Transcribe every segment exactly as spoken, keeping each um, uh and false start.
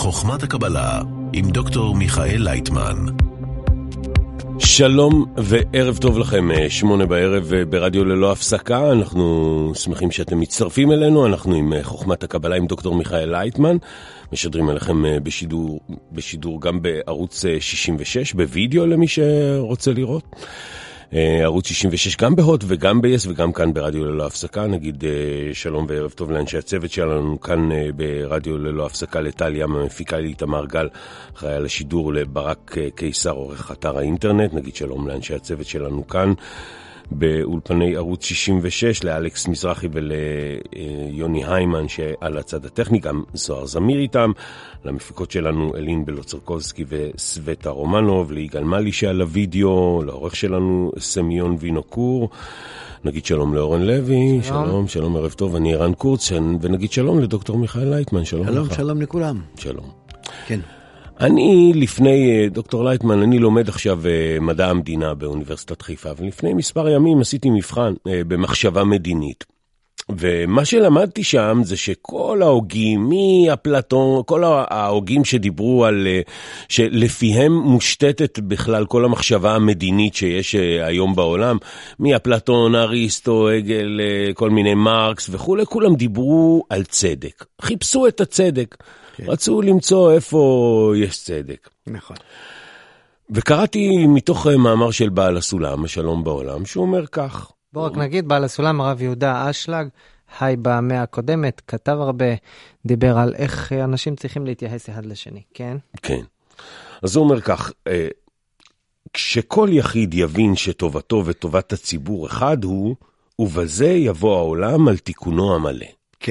חוכמת הקבלה עם דוקטור מיכאל לייטמן. שלום וערב טוב לכם, שמונה בערב ברדיו ללא הפסקה. אנחנו שמחים שאתם מצטרפים אלינו. אנחנו עם חוכמת הקבלה עם דוקטור מיכאל לייטמן, משדרים אליכם בשידור, בשידור גם בערוץ שישים ושש, בווידאו למי שרוצה לראות. ערוץ שישים ושש גם בהוט וגם ב-יס וגם כאן ברדיו ללא הפסקה. נגיד שלום וערב טוב לאנשי הצוות שלנו כאן ברדיו ללא הפסקה, לטליה המפיקה, לאיתמר גל אחראי על השידור, לברק קיסר עורך אתר האינטרנט. נגיד שלום לאנשי הצוות שלנו כאן באולפני ערוץ שישים ושש, לאלכס מזרחי וליוני היימן שעל הצד הטכני, גם זוהר זמיר איתם, למפיקות שלנו אלין בלוצרקובסקי וסווטה רומנוב, ליגאל מלי שעל הוידאו, לעורך שלנו סמיון וינוקור. נגיד שלום לאורן לוי, שלום, שלום, שלום ערב טוב, אני ערן קורץ, ונגיד שלום לדוקטור מיכאל לייטמן, שלום, שלום, לך. שלום לכולם. שלום. כן. אני לפני, דוקטור לייטמן, אני לומד עכשיו מדע המדינה באוניברסיטת חיפה, ולפני מספר ימים עשיתי מבחן במחשבה מדינית. ומה שלמדתי שם זה שכל ההוגים, מאפלטון, כל ההוגים שדיברו על, שלפיהם מושתתת בכלל כל המחשבה המדינית שיש היום בעולם, מאפלטון, אריסטו, הגל, כל מיני מרקס וכו', כולם דיברו על צדק. חיפשו את הצדק. כן. רצו למצוא איפה יש צדק. נכון. וקראתי מתוך מאמר של בעל הסולם, השלום בעולם, שהוא אומר כך. בוא רק נגיד, בעל הסולם, הרב יהודה אשלג, חי במאה הקודמת, כתב הרבה, דיבר על איך אנשים צריכים להתייחס אחד לשני, כן? כן. אז הוא אומר כך, כשכל יחיד יבין שטובתו וטובת הציבור אחד הוא, ובזה יבוא העולם על תיקונו המלא. כן.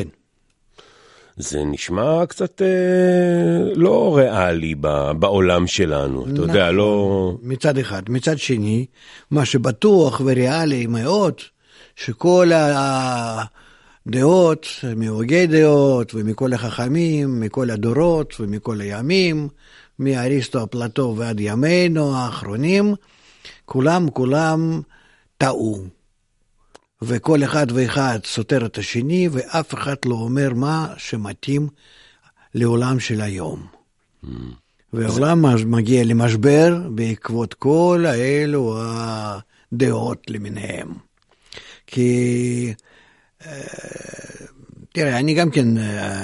זה נשמע קצת אה, לא ריאלי בעולם שלנו, אתה נכון, יודע, לא... מצד אחד. מצד שני, מה שבטוח וריאלי מאוד, שכל הדעות, מהוגי דעות ומכל החכמים, מכל הדורות ומכל הימים, מאריסטו אפלטו ועד ימינו האחרונים, כולם כולם טעו. וכל אחד ואחד סותר את השני, ואף אחד לא אומר מה שמתאים לעולם של היום. Mm. והעולם מגיע למשבר בעקבות כל האלו הדעות למיניהם. כי, תראה, אני גם כן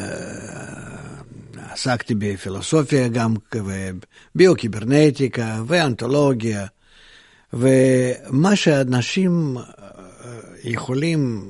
עסקתי בפילוסופיה, גם ביוקיברנטיקה ואנתולוגיה, ומה שאנשים יכולים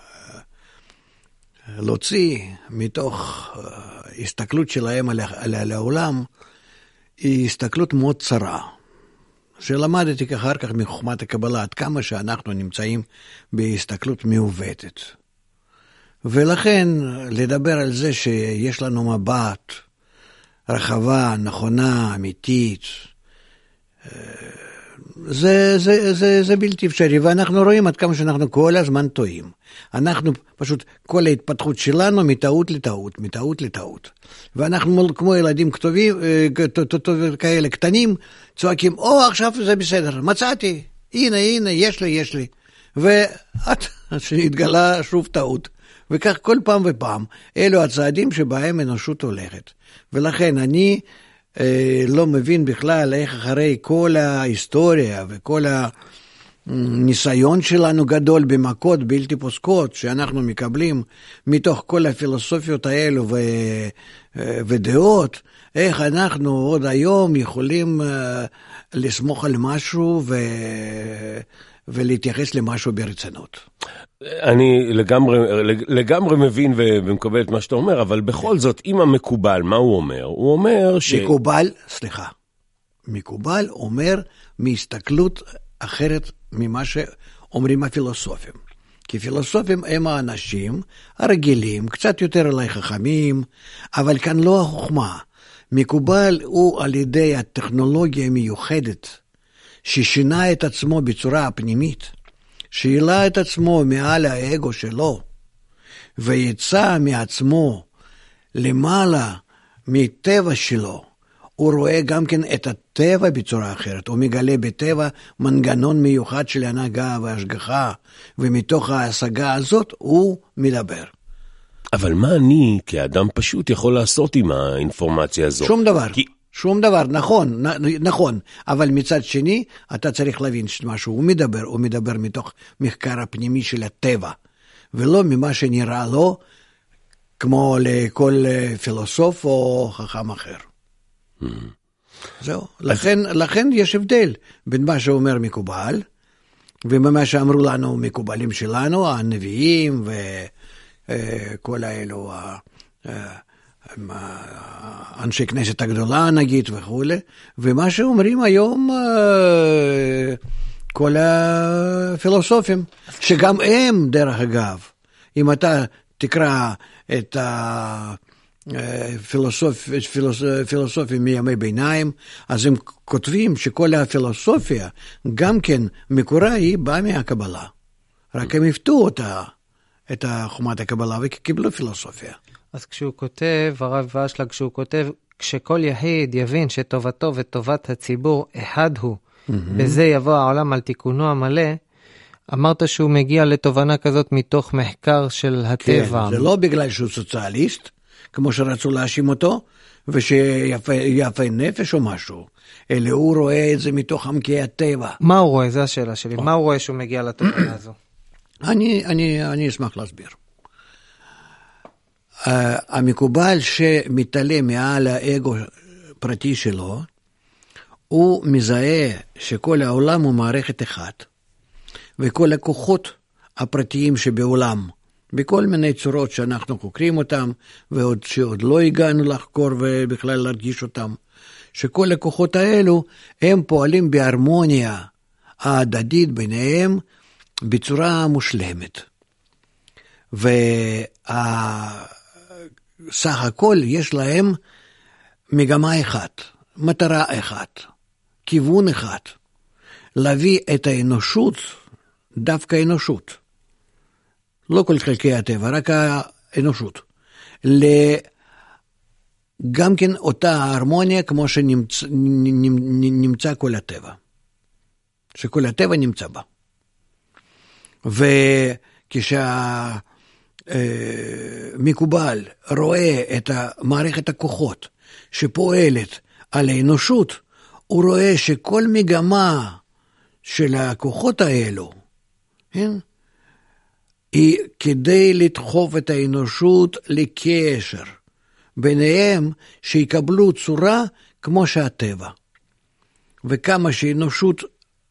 להוציא מתוך הסתכלות שלהם על, על, על העולם, היא הסתכלות מאוד צרה. שלמדתי אחר כך מחוכמת הקבלה, עד כמה שאנחנו נמצאים בהסתכלות מעוותת. ולכן לדבר על זה שיש לנו מבט רחבה, נכונה, אמיתית, זה, זה, זה, זה בלתי אפשרי, ואנחנו רואים עד כמה שאנחנו כל הזמן טועים. אנחנו פשוט, כל ההתפתחות שלנו מטעות לטעות, מטעות לטעות. ואנחנו כמו ילדים כתובים, כאלה קטנים, צועקים, או עכשיו זה בסדר, מצאתי, הנה, הנה, יש לי, יש לי. ועד שהתגלה שוב טעות. וכך כל פעם ופעם, אלו הצעדים שבהם אנושות הולכת. ולכן אני... לא מבין בכלל איך אחרי כל ההיסטוריה וכל הניסיון שלנו גדול במכות בלתי פוסקות שאנחנו מקבלים מתוך כל הפילוסופיות האלו ו... ודעות, איך אנחנו עוד היום יכולים לסמוך על משהו ו... ולהתייחס למשהו ברצינות. אני לגמרי, לגמרי מבין ומקבל את מה שאתה אומר, אבל בכל זאת, אם המקובל, מה הוא אומר? הוא אומר ש... מקובל, סליחה, מקובל אומר מהסתכלות אחרת ממה שאומרים הפילוסופים. כי פילוסופים הם האנשים הרגילים, קצת יותר אולי חכמים, אבל כאן לא החוכמה. מקובל הוא על ידי הטכנולוגיה המיוחדת, ששינה את עצמו בצורה הפנימית, שאלה את עצמו מעל האגו שלו, ויצא מעצמו למעלה מטבע שלו. הוא רואה גם כן את הטבע בצורה אחרת, הוא מגלה בטבע מנגנון מיוחד של הנהגה והשגחה, ומתוך ההשגה הזאת הוא מדבר. אבל מה אני כאדם פשוט יכול לעשות עם האינפורמציה הזו? שום דבר. כי... שום דבר, נכון, נכון, אבל מצד שני, אתה צריך להבין שמשהו, הוא מדבר, הוא מדבר מתוך מחקר הפנימי של הטבע, ולא ממה שנראה לו, כמו לכל פילוסוף או חכם אחר. Mm. זהו, לכן, לכן יש הבדל בין מה שאומר מקובל, ומה שאמרו לנו מקובלים שלנו, הנביאים וכל האלו, אנשי כנסת הגדולה נגיד וכו', ומה שאומרים היום כל הפילוסופים, שגם הם דרך אגב, אם אתה תקרא את הפילוסופים מימי ביניים, אז הם כותבים שכל הפילוסופיה גם כן מקורה היא באה מהקבלה, רק הם הפתו אותה, את חומת הקבלה וקיבלו פילוסופיה. אז כשהוא כותב, הרב אשלג, כשהוא כותב, כשכל יחיד יבין שטובתו וטובת הציבור אחד הוא, mm-hmm. בזה יבוא העולם על תיקונו המלא, אמרת שהוא מגיע לתובנה כזאת מתוך מחקר של הטבע. כן, זה לא בגלל שהוא סוציאליסט, כמו שרצו להאשים אותו, ושיפה נפש או משהו, אלא הוא רואה את זה מתוך עמקי הטבע. מה הוא רואה? זו השאלה שלי. מה הוא רואה שהוא מגיע לתובנה הזו? אני, אני, אני אשמח להסביר. Uh, המקובל שמתעלה מעל האגו פרטי שלו, הוא מזהה שכל העולם הוא מערכת אחת, וכל הכוחות הפרטיים שבעולם, בכל מיני צורות שאנחנו חוקרים אותם, ועוד שעוד לא הגענו לחקור ובכלל להרגיש אותם, שכל הכוחות האלו הם פועלים בהרמוניה ההדדית ביניהם בצורה מושלמת. וה... סך הכל יש להם מגמה אחת, מטרה אחת, כיוון אחד, להביא את האנושות, דווקא האנושות, לא כל חלקי הטבע, רק האנושות, גם כן אותה ההרמוניה כמו שנמצא נמצא כל הטבע, שכל הטבע נמצא בה. וכשה... מקובל רואה את מערכת הכוחות שפועלת על האנושות, הוא רואה שכל מגמה של הכוחות האלו, כן? היא כדי לדחוף את האנושות לקשר ביניהם, שיקבלו צורה כמו שהטבע. וכמה שהאנושות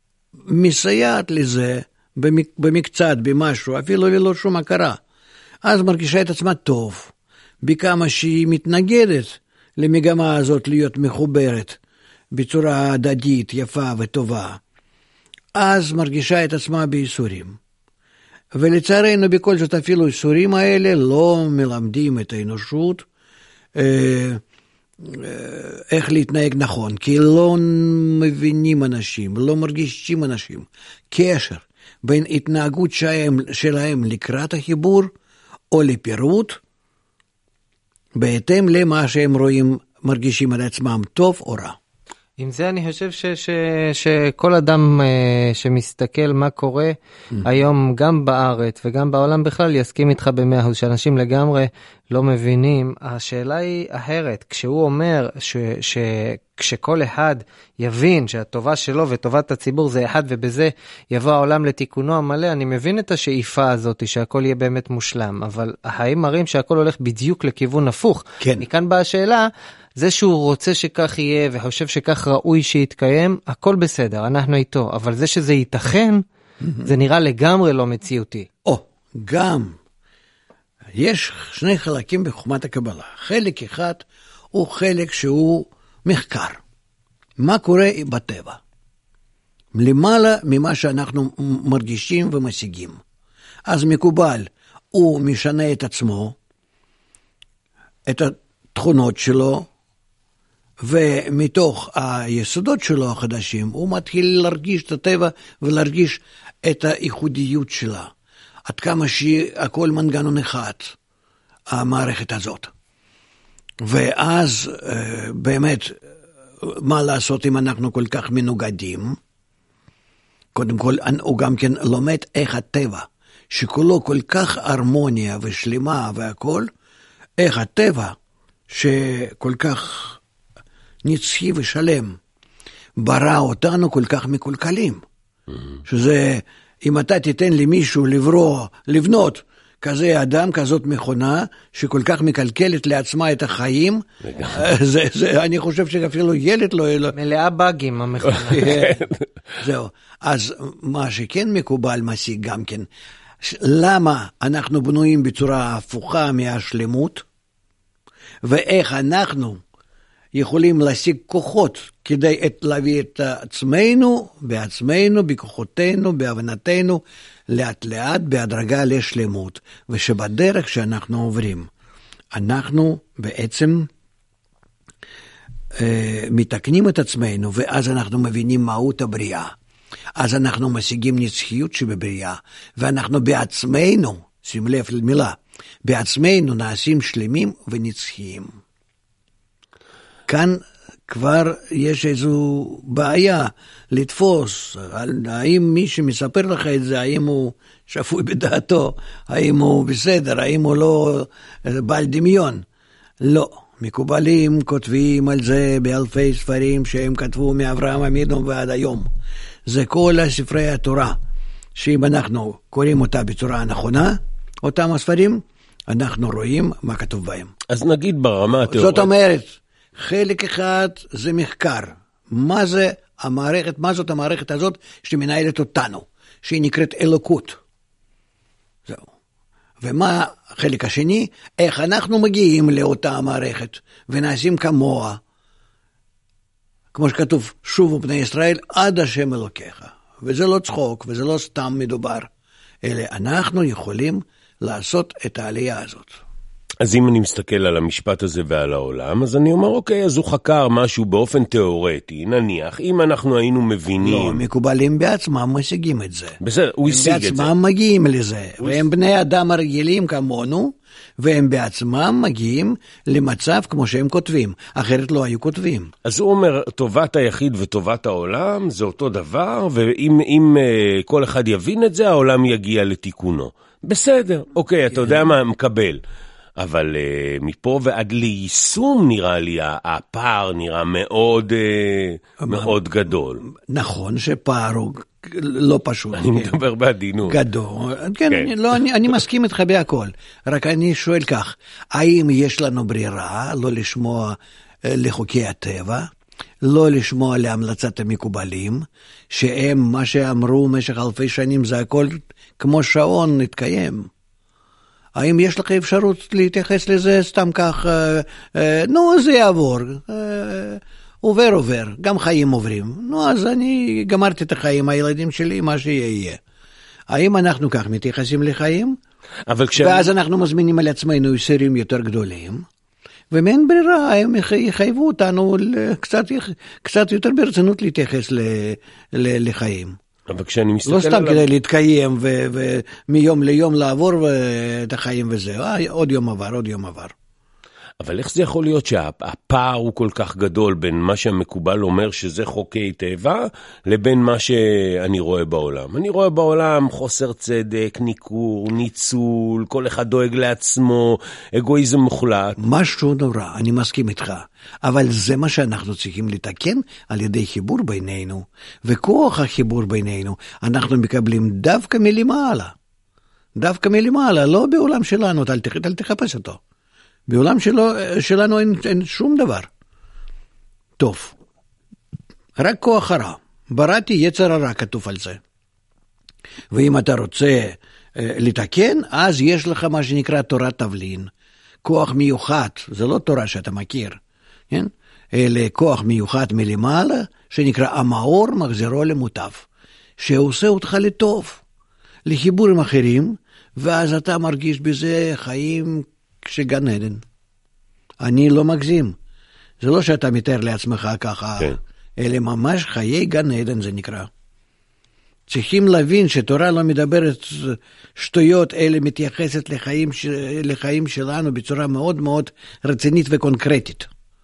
מסייעת לזה במקצת, במשהו, אפילו ללא שום הכרה, אז מרגישה את עצמה טוב, בכמה שהיא מתנגדת למגמה הזאת להיות מחוברת בצורה הדדית, יפה וטובה, אז מרגישה את עצמה בייסורים. ולצערנו בכל זאת אפילו הייסורים האלה לא מלמדים את האנושות אה, אה, איך להתנהג נכון, כי לא מבינים אנשים, לא מרגישים אנשים קשר בין התנהגות שלהם, שלהם לקראת החיבור, או לפירוט, בהתאם למה שהם רואים, מרגישים על עצמם טוב או רע. עם זה אני חושב ש, ש, שכל אדם uh, שמסתכל מה קורה mm. היום גם בארץ וגם בעולם בכלל יסכים איתך במאה אחוז, שאנשים לגמרי לא מבינים. השאלה היא אחרת, כשהוא אומר ש, ש, כשכל אחד יבין שהטובה שלו וטובת הציבור זה אחד ובזה יבוא העולם לתיקונו המלא, אני מבין את השאיפה הזאת שהכל יהיה באמת מושלם, אבל החיים מראים שהכל הולך בדיוק לכיוון הפוך. כן. מכאן באה השאלה, זה שהוא רוצה שכך יהיה וחושב שכך ראוי שיתקיים, הכל בסדר, אנחנו איתו, אבל זה שזה ייתכן, mm-hmm. זה נראה לגמרי לא מציאותי. או, גם, יש שני חלקים בחוכמת הקבלה. חלק אחד הוא חלק שהוא מחקר. מה קורה בטבע? למעלה ממה שאנחנו מרגישים ומשיגים. אז מקובל, הוא משנה את עצמו, את התכונות שלו, ומתוך היסודות שלו החדשים, הוא מתחיל להרגיש את הטבע ולהרגיש את הייחודיות שלה. עד כמה שהכל מנגנון אחד, המערכת הזאת. ואז באמת, מה לעשות אם אנחנו כל כך מנוגדים? קודם כל, הוא גם כן לומד איך הטבע שכולו כל כך הרמוניה ושלימה והכל, איך הטבע שכל כך נצחי ושלם, ברא אותנו כל כך מקולקלים. Mm-hmm. שזה, אם אתה תיתן למישהו לברוא, לבנות, כזה אדם, כזאת מכונה, שכל כך מקלקלת לעצמה את החיים, זה, זה, אני חושב שאפילו ילד לא... מלאה בגים המכונה. זהו. אז מה שכן מקובל משיג גם כן, למה אנחנו בנויים בצורה הפוכה מהשלמות, ואיך אנחנו יכולים להשיג כוחות כדי להביא את עצמנו, בעצמנו, בכוחותינו, בהבנתנו, לאט לאט, בהדרגה לשלמות. ושבדרך שאנחנו עוברים, אנחנו בעצם אה, מתקנים את עצמנו, ואז אנחנו מבינים מהות הבריאה. אז אנחנו משיגים נצחיות שבבריאה, ואנחנו בעצמנו, שים לב למילה, בעצמנו נעשים שלמים ונצחיים. כאן כבר יש איזו בעיה לתפוס, האם מי שמספר לך את זה, האם הוא שפוי בדעתו, האם הוא בסדר, האם הוא לא בעל דמיון. לא, מקובלים כותבים על זה באלפי ספרים שהם כתבו מאברהם אבינו ועד היום. זה כל ספרי התורה, שאם אנחנו קוראים אותה בצורה נכונה, אותם הספרים, אנחנו רואים מה כתוב בהם. אז נגיד ברמה התיאורטית. זאת אומרת, חלק אחד זה מחקר. מה זה המערכת, מה זאת המערכת הזאת שמנהלת אותנו, שהיא נקראת אלוקות. זהו. ומה החלק השני? איך אנחנו מגיעים לאותה המערכת ונעשים כמוה, כמו שכתוב, שובו בני ישראל עד השם אלוקיך. וזה לא צחוק, וזה לא סתם מדובר, אלא אנחנו יכולים לעשות את העלייה הזאת. אז אם אני מסתכל על המשפט הזה ועל העולם, אז אני אומר, אוקיי, אז הוא חקר משהו באופן תיאורטי, נניח, אם אנחנו היינו מבינים... לא, מקובלים בעצמם משיגים את זה. בסדר, הוא השיג את זה. הם בעצמם מגיעים לזה, והם בני אדם הרגילים כמונו, והם בעצמם מגיעים למצב כמו שהם כותבים, אחרת לא היו כותבים. אז הוא אומר, טובת היחיד וטובת העולם זה אותו דבר, ואם אם, uh, כל אחד יבין את זה, העולם יגיע לתיקונו. בסדר, אוקיי, אתה יודע מה, מקבל. אבל uh, מפה ועד ליישום נראה לי, הפער נראה מאוד, uh, מאוד גדול. נכון שפער הוא לא פשוט. אני מדבר בעדינות. גדול. כן, אני, לא, אני, אני מסכים איתך בהכל. רק אני שואל כך, האם יש לנו ברירה לא לשמוע uh, לחוקי הטבע, לא לשמוע להמלצת המקובלים, שהם מה שאמרו במשך אלפי שנים זה הכל כמו שעון נתקיים? האם יש לך אפשרות להתייחס לזה סתם כך, אה, אה, נו זה יעבור, אה, עובר עובר, גם חיים עוברים, נו אז אני גמרתי את החיים, הילדים שלי, מה שיהיה. האם אנחנו כך מתייחסים לחיים? אבל כש... ואז אנחנו מזמינים על עצמנו יסרים יותר גדולים, ומאין ברירה, הם יחייבו אותנו קצת, קצת יותר ברצינות להתייחס ל, ל, לחיים. אבל כשאני מסתכל לא סתם עליו... כדי להתקיים ומיום ליום לעבור את החיים וזה, עוד יום עבר, עוד יום עבר. אבל איך זה יכול להיות שהפער הוא כל כך גדול בין מה שהמקובל אומר שזה חוקי טבע, לבין מה שאני רואה בעולם? אני רואה בעולם חוסר צדק, ניכור, ניצול, כל אחד דואג לעצמו, אגואיזם מוחלט. משהו נורא, אני מסכים איתך. אבל זה מה שאנחנו צריכים לתקן על ידי חיבור בינינו, וכוח החיבור בינינו אנחנו מקבלים דווקא מלמעלה. דווקא מלמעלה, לא בעולם שלנו, אל, תח, אל תחפש אותו. בעולם שלו, שלנו אין, אין שום דבר. טוב, רק כוח הרע. בראתי יצר הרע כתוב על זה. ואם אתה רוצה אה, לתקן, אז יש לך מה שנקרא תורת תבלין. כוח מיוחד, זה לא תורה שאתה מכיר, כן? אלא כוח מיוחד מלמעלה, שנקרא המאור מחזירו למוטב, שעושה אותך לטוב, לחיבור עם אחרים, ואז אתה מרגיש בזה חיים כשגן עדן. אני לא מגזים. זה לא שאתה מתאר לעצמך ככה, כן. אלא ממש חיי גן עדן זה נקרא. צריכים להבין שתורה לא מדברת שטויות, אלא מתייחסת לחיים, לחיים שלנו בצורה מאוד מאוד רצינית וקונקרטית.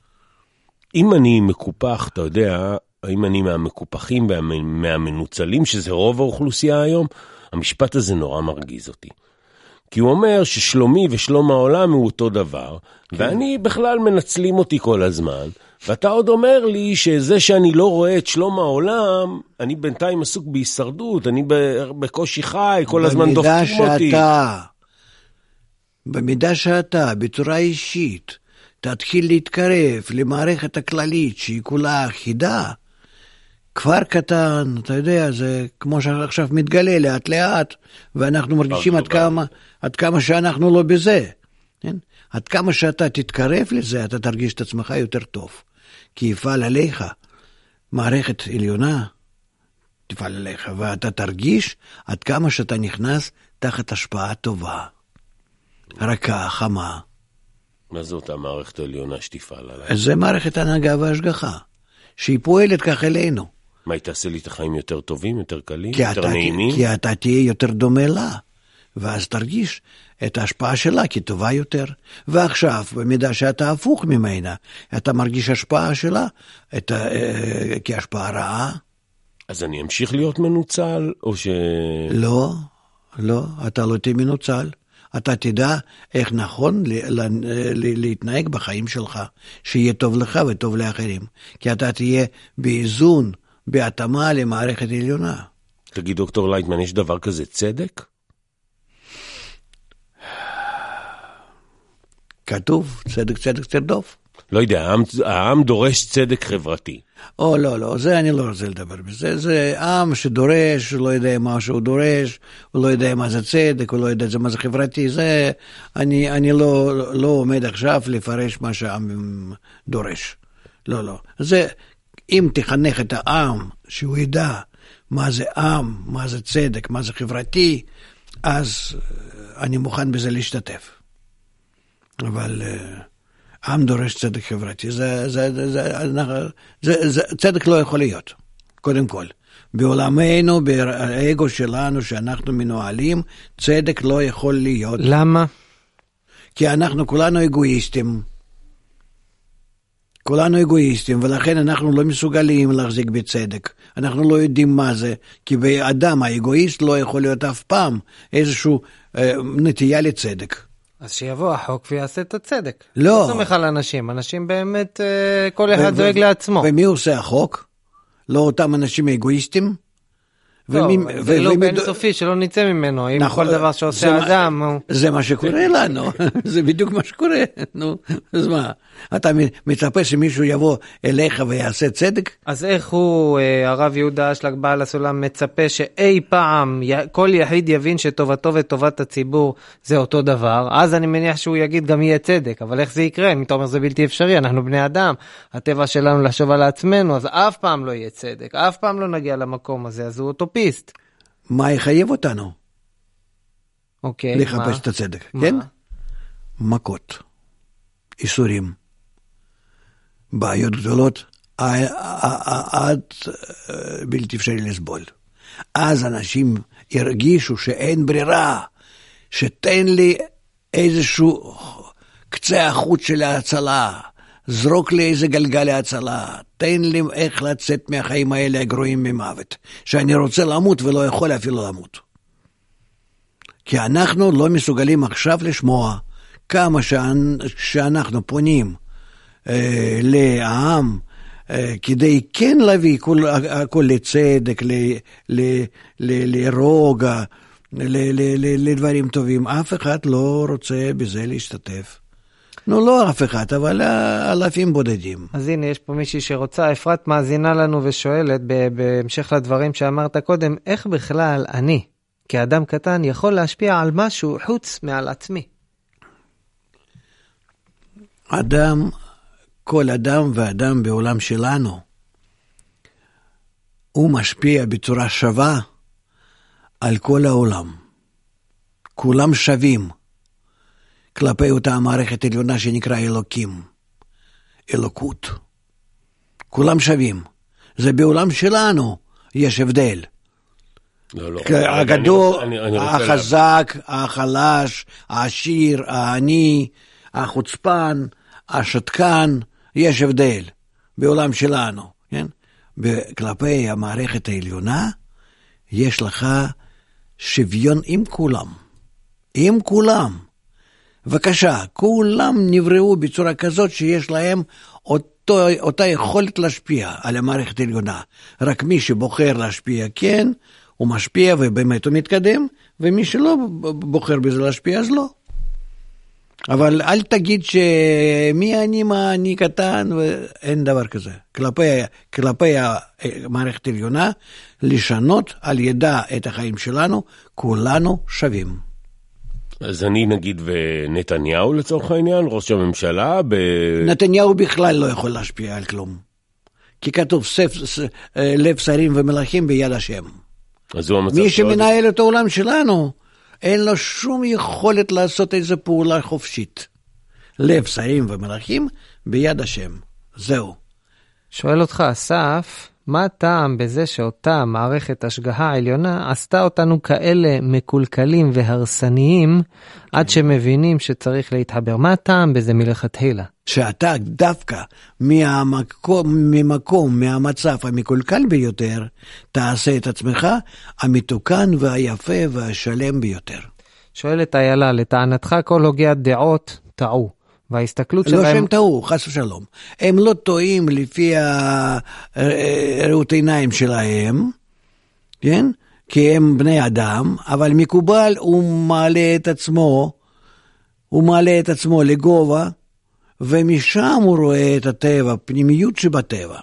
אם אני מקופח, אתה יודע, אם אני מהמקופחים ומהמנוצלים, שזה רוב האוכלוסייה היום, המשפט הזה נורא מרגיז אותי. כי הוא אומר ששלומי ושלום העולם הוא אותו דבר, כן. ואני בכלל מנצלים אותי כל הזמן, ואתה עוד אומר לי שזה שאני לא רואה את שלום העולם, אני בינתיים עסוק בהישרדות, אני בקושי חי, כל הזמן דופקים אותי. שאתה, במידה שאתה, בצורה אישית, תתחיל להתקרב למערכת הכללית שהיא כולה אחידה, כבר קטן, אתה יודע, זה כמו שעכשיו מתגלה לאט לאט, ואנחנו מרגישים עד כמה, עד כמה שאנחנו לא בזה. כן? עד כמה שאתה תתקרב לזה, אתה תרגיש את עצמך יותר טוב. כי יפעל עליך מערכת עליונה, תפעל עליך, ואתה תרגיש עד כמה שאתה נכנס תחת השפעה טובה, רכה, חמה. מה זאת המערכת העליונה שתפעל עליי? זה מערכת הנהגה והשגחה, שהיא פועלת כך אלינו. מה, היא תעשה לי את החיים יותר טובים, יותר קלים, יותר נעימים? כי אתה תהיה יותר דומה לה, ואז תרגיש את ההשפעה שלה כטובה יותר. ועכשיו, במידה שאתה הפוך ממנה, אתה מרגיש השפעה שלה את, אה, כהשפעה רעה. אז אני אמשיך להיות מנוצל, או ש... לא, לא, אתה לא תהיה מנוצל. אתה תדע איך נכון להתנהג בחיים שלך, שיהיה טוב לך וטוב לאחרים. כי אתה תהיה באיזון, בהתאמה למערכת עליונה. תגיד, דוקטור לייטמן, יש דבר כזה צדק? כתוב, צדק, צדק, צדוף. לא יודע, העם, העם דורש צדק חברתי. או לא, לא, זה אני לא רוצה לדבר בזה. זה עם שדורש, הוא לא יודע מה שהוא דורש, הוא לא יודע מה זה צדק, הוא לא יודע מה זה חברתי. זה, אני, אני לא, לא עומד עכשיו לפרש מה שהעם דורש. לא, לא. זה, אם תחנך את העם, שהוא ידע מה זה עם, מה זה צדק, מה זה חברתי, אז אני מוכן בזה להשתתף. אבל עם דורש צדק חברתי. זה, זה, זה, זה, זה, זה, צדק לא יכול להיות, קודם כל. בעולמנו, באגו שלנו, שאנחנו מנוהלים, צדק לא יכול להיות. למה? כי אנחנו כולנו אגואיסטים. כולנו אגואיסטים, ולכן אנחנו לא מסוגלים להחזיק בצדק. אנחנו לא יודעים מה זה, כי באדם האגואיסט לא יכול להיות אף פעם איזשהו אה, נטייה לצדק. אז שיבוא החוק ויעשה את הצדק. לא. לא סומך על אנשים. אנשים באמת, אה, כל אחד ו- דואג ו- לעצמו. ומי עושה החוק? לא אותם אנשים אגואיסטים? לא, זה לא בין סופי, שלא נצא ממנו, אם כל דבר שעושה אדם... זה מה שקורה לנו, זה בדיוק מה שקורה, נו, אז מה, אתה מצפה שמישהו יבוא אליך ויעשה צדק? אז איך הוא, הרב יהודה אשלג בעל הסולם, מצפה שאי פעם כל יחיד יבין שטובתו וטובת הציבור זה אותו דבר, אז אני מניח שהוא יגיד גם יהיה צדק, אבל איך זה יקרה? אם אתה אומר זה בלתי אפשרי, אנחנו בני אדם, הטבע שלנו לחשוב על עצמנו, אז אף פעם לא יהיה צדק, אף פעם לא נגיע למקום הזה, אז הוא אותו פיסט. מה יחייב אותנו? אוקיי, לחפש מה? את הצדק, מה? כן? מכות, איסורים, בעיות גדולות, עד בלתי אפשרי לסבול. אז אנשים הרגישו שאין ברירה, שתן לי איזשהו קצה החוט של ההצלה, זרוק לי איזה גלגל להצלה, תן לי איך לצאת מהחיים האלה הגרועים ממוות, שאני רוצה למות ולא יכול אפילו למות. כי אנחנו לא מסוגלים עכשיו לשמוע כמה שאנחנו פונים אה, לעם, אה, כדי כן להביא כל, הכל לצדק, ל, ל, ל, לרוגע, ל, ל, ל, לדברים טובים. אף אחד לא רוצה בזה להשתתף. נו, לא אף אחד, אבל אלפים בודדים. אז הנה, יש פה מישהי שרוצה, אפרת מאזינה לנו ושואלת, בהמשך לדברים שאמרת קודם, איך בכלל אני, כאדם קטן, יכול להשפיע על משהו חוץ מעל עצמי? אדם, כל אדם ואדם בעולם שלנו, הוא משפיע בצורה שווה על כל העולם. כולם שווים. כלפי אותה המערכת עליונה שנקרא אלוקים, אלוקות. כולם שווים. זה בעולם שלנו יש הבדל. לא, לא. הגדול, אני, אני, אני החזק, החלש, העשיר, העני, החוצפן, השתקן, יש הבדל בעולם שלנו. כן? כלפי המערכת העליונה יש לך שוויון עם כולם. עם כולם. בבקשה, כולם נבראו בצורה כזאת שיש להם אותו, אותה יכולת להשפיע על המערכת העליונה. רק מי שבוחר להשפיע כן, הוא משפיע ובאמת הוא מתקדם, ומי שלא בוחר בזה להשפיע אז לא. אבל אל תגיד שמי אני, מה אני קטן, ואין דבר כזה. כלפי, כלפי המערכת העליונה, לשנות על ידה את החיים שלנו, כולנו שווים. אז אני נגיד ונתניהו לצורך העניין, ראש הממשלה, ב... נתניהו בכלל לא יכול להשפיע על כלום. כי כתוב סף, לב שרים ומלכים ביד השם. אז הוא המצב מי שמנהל את העולם שלנו, אין לו שום יכולת לעשות איזו פעולה חופשית. לב שרים ומלכים ביד השם. זהו. שואל אותך, אסף, מה הטעם בזה שאותה מערכת השגחה העליונה עשתה אותנו כאלה מקולקלים והרסניים, עד שמבינים שצריך להתחבר? מה הטעם בזה מלכתחילה? שאתה דווקא מהמקום, ממקום, מהמצב המקולקל ביותר, תעשה את עצמך המתוקן והיפה והשלם ביותר. שואלת איילה, לטענתך כל הוגי הדעות טעו, וההסתכלות לא שלהם... לא שהם טעו, חס ושלום. הם לא טועים לפי ראות עיניים שלהם, כן? כי הם בני אדם, אבל מקובל הוא מעלה את עצמו, הוא מעלה את עצמו לגובה, ומשם הוא רואה את הטבע, הפנימיות שבטבע.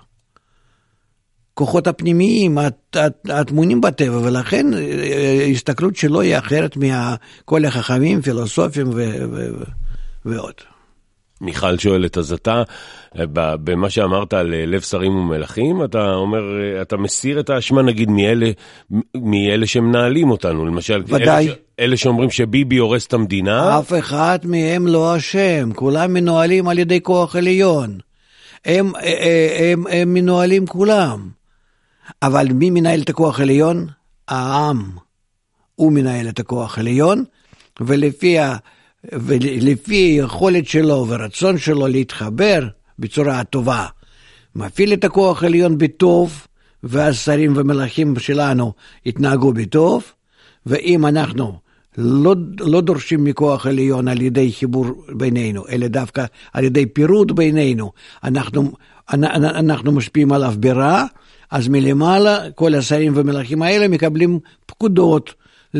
כוחות הפנימיים, הטמונים בטבע, ולכן ההסתכלות שלו היא אחרת מכל החכמים, פילוסופים ו- ו- ועוד. מיכל שואלת, אז אתה, במה שאמרת על לב שרים ומלכים, אתה אומר, אתה מסיר את האשמה נגיד מאלה, מאלה שמנהלים אותנו, למשל, ודאי. אלה, ש, אלה שאומרים שביבי הורס את המדינה. אף אחד מהם לא אשם, כולם מנוהלים על ידי כוח עליון. הם, הם, הם מנוהלים כולם. אבל מי מנהל את הכוח עליון? העם. הוא מנהל את הכוח עליון, ולפי ה... ולפי יכולת שלו ורצון שלו להתחבר בצורה הטובה, מפעיל את הכוח העליון בטוב, והשרים ומלכים שלנו התנהגו בטוב, ואם אנחנו לא, לא דורשים מכוח עליון על ידי חיבור בינינו, אלא דווקא על ידי פירוד בינינו, אנחנו, אנחנו משפיעים עליו ברע, אז מלמעלה כל השרים ומלכים האלה מקבלים פקודות,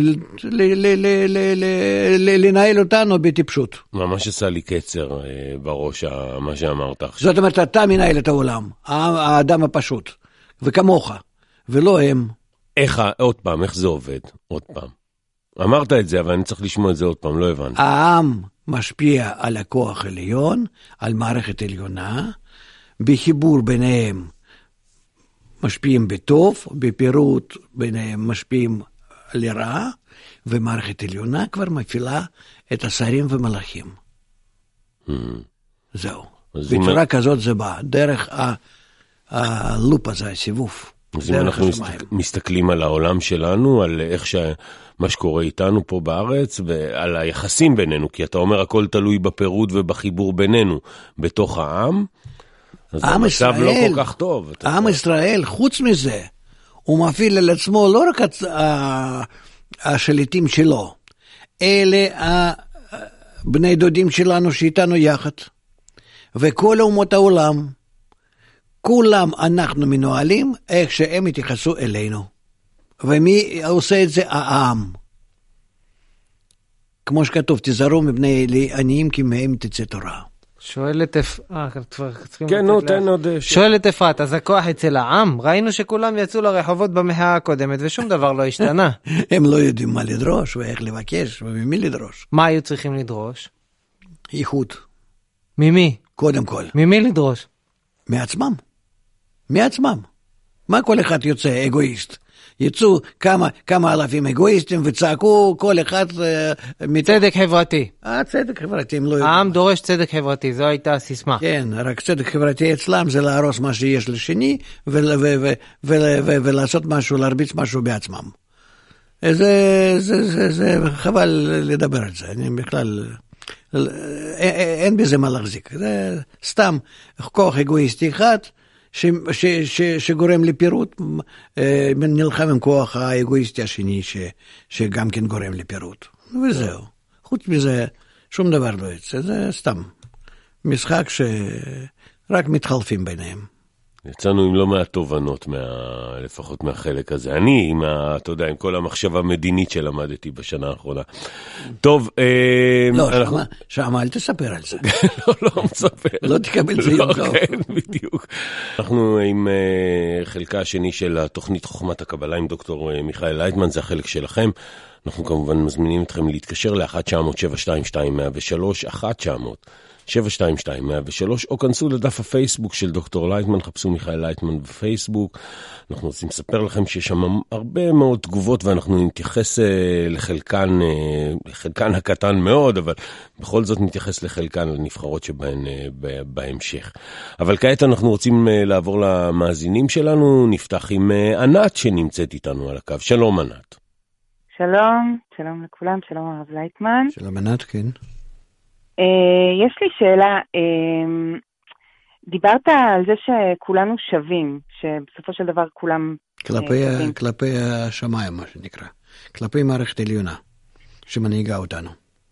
לנהל אותנו בטיפשות. ממש עשה לי קצר בראש מה שאמרת עכשיו. זאת אומרת, אתה מנהל את העולם, האדם הפשוט, וכמוך, ולא הם. איך, עוד פעם, איך זה עובד? עוד פעם. אמרת את זה, אבל אני צריך לשמוע את זה עוד פעם, לא הבנתי. העם משפיע על הכוח עליון, על מערכת עליונה, בחיבור ביניהם משפיעים בטוב, בפירוט ביניהם משפיעים לרעה, ומערכת עליונה כבר מפעילה את השרים ומלאכים. Mm. זהו. בצורה אם... כזאת זה בא, דרך ה... הלופ הזה, הסיבוב. אז אם אנחנו מסתכל, מסתכלים על העולם שלנו, על איך ש... מה שקורה איתנו פה בארץ, ועל היחסים בינינו, כי אתה אומר הכל תלוי בפירוד ובחיבור בינינו, בתוך העם, אז המצב ישראל, לא כל כך טוב. עם ישראל, חוץ מזה, הוא מפעיל על עצמו לא רק השליטים שלו, אלה בני דודים שלנו שאיתנו יחד, וכל אומות העולם, כולם אנחנו מנוהלים איך שהם יתייחסו אלינו. ומי עושה את זה? העם. כמו שכתוב, תזהרו מבני עניים כי מהם תצא תורה. שואלת אפרת, כן, נו, תן עוד... שואלת אפרת, אז הכוח אצל העם? ראינו שכולם יצאו לרחובות במחאה הקודמת ושום דבר לא השתנה. הם לא יודעים מה לדרוש ואיך לבקש וממי לדרוש. מה היו צריכים לדרוש? איכות. ממי? קודם כל. ממי לדרוש? מעצמם. מעצמם. מה כל אחד יוצא אגואיסט? יצאו כמה, כמה אלפים אגואיסטים וצעקו כל אחד... צדק חברתי. אה, צדק חברתי, הם לא יודעים. העם דורש צדק חברתי, זו הייתה הסיסמה. כן, רק צדק חברתי אצלם זה להרוס מה שיש לשני, ולעשות משהו, להרביץ משהו בעצמם. זה, זה, זה, זה, חבל לדבר על זה, אני בכלל... אין בזה מה להחזיק. זה סתם כוח אגואיסטי אחד, ש, ש, ש, שגורם לפירוט, נלחם עם כוח האגואיסטי השני, ש, שגם כן גורם לפירוט. וזהו. חוץ מזה, שום דבר לא יצא, זה סתם. משחק שרק מתחלפים ביניהם. יצאנו עם לא מעט תובנות, מה, לפחות מהחלק הזה. אני, עם, ה, אתה יודע, עם כל המחשבה המדינית שלמדתי בשנה האחרונה. טוב, לא, אנחנו... שמה, שמה, אל תספר על זה. לא, לא מספר. לא תקבל זה יום טוב. כן, בדיוק. אנחנו עם uh, חלקה השני של התוכנית חוכמת הקבלה עם דוקטור מיכאל לייטמן, זה החלק שלכם. אנחנו כמובן מזמינים אתכם להתקשר ל-אחת תשע אפס אפס שבע שתיים שתיים אפס אפס שלוש, אחת תשע אפס אפס שבע שתיים שתיים אפס אפס שלוש, או כנסו לדף הפייסבוק של דוקטור לייטמן, חפשו מיכאל לייטמן בפייסבוק. אנחנו רוצים לספר לכם שיש שם הרבה מאוד תגובות, ואנחנו נתייחס לחלקן, לחלקן הקטן מאוד, אבל בכל זאת נתייחס לחלקן לנבחרות שבהן בהמשך. אבל כעת אנחנו רוצים לעבור למאזינים שלנו, נפתח עם ענת שנמצאת איתנו על הקו. שלום ענת. שלום, שלום לכולם, שלום הרב לייטמן. שלום ענת, כן. Uh, יש לי שאלה, uh, דיברת על זה שכולנו שווים, שבסופו של דבר כולם כלפי, uh, שווים. כלפי השמיים, מה שנקרא, כלפי מערכת עליונה, שמנהיגה אותנו.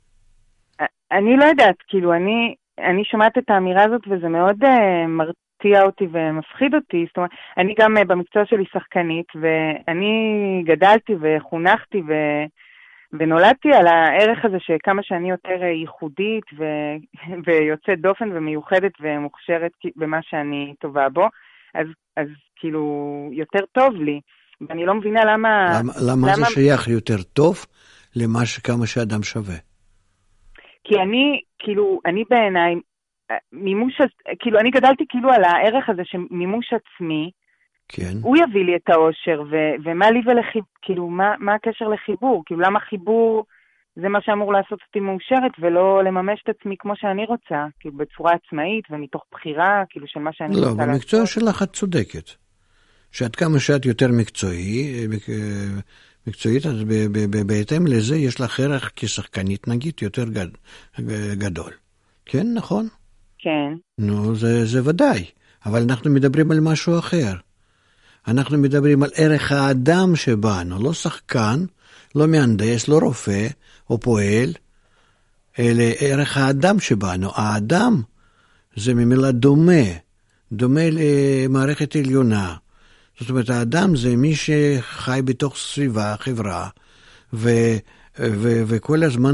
אני לא יודעת, כאילו, אני, אני שומעת את האמירה הזאת, וזה מאוד uh, מרתיע אותי ומפחיד אותי. זאת אומרת, אני גם uh, במקצוע שלי שחקנית, ואני גדלתי וחונכתי ו... ונולדתי על הערך הזה שכמה שאני יותר ייחודית ו... ויוצאת דופן ומיוחדת ומוכשרת במה שאני טובה בו, אז, אז כאילו יותר טוב לי. ואני לא מבינה למה... למה, למה, למה... זה שייך יותר טוב למה שכמה שאדם שווה? כי אני, כאילו, אני בעיניי, מימוש, כאילו, אני גדלתי כאילו על הערך הזה שמימוש עצמי, כן. הוא יביא לי את האושר, ו- ומה לי ולחיבור, כאילו, מה, מה הקשר לחיבור? כאילו, למה חיבור זה מה שאמור לעשות אותי מאושרת, ולא לממש את עצמי כמו שאני רוצה, כאילו, בצורה עצמאית ומתוך בחירה, כאילו, של מה שאני לא, רוצה לעשות. לא, במקצוע שלך את צודקת. שאת כמה שאת יותר מקצועי, מקצועית, אז בהתאם לזה יש לך ערך כשחקנית, נגיד, יותר גד, גדול. כן, נכון? כן. נו, זה, זה ודאי. אבל אנחנו מדברים על משהו אחר. אנחנו מדברים על ערך האדם שבנו, לא שחקן, לא מהנדס, לא רופא או פועל, אלא ערך האדם שבנו. האדם זה ממילה דומה, דומה למערכת עליונה. זאת אומרת, האדם זה מי שחי בתוך סביבה, חברה, ו, ו, וכל הזמן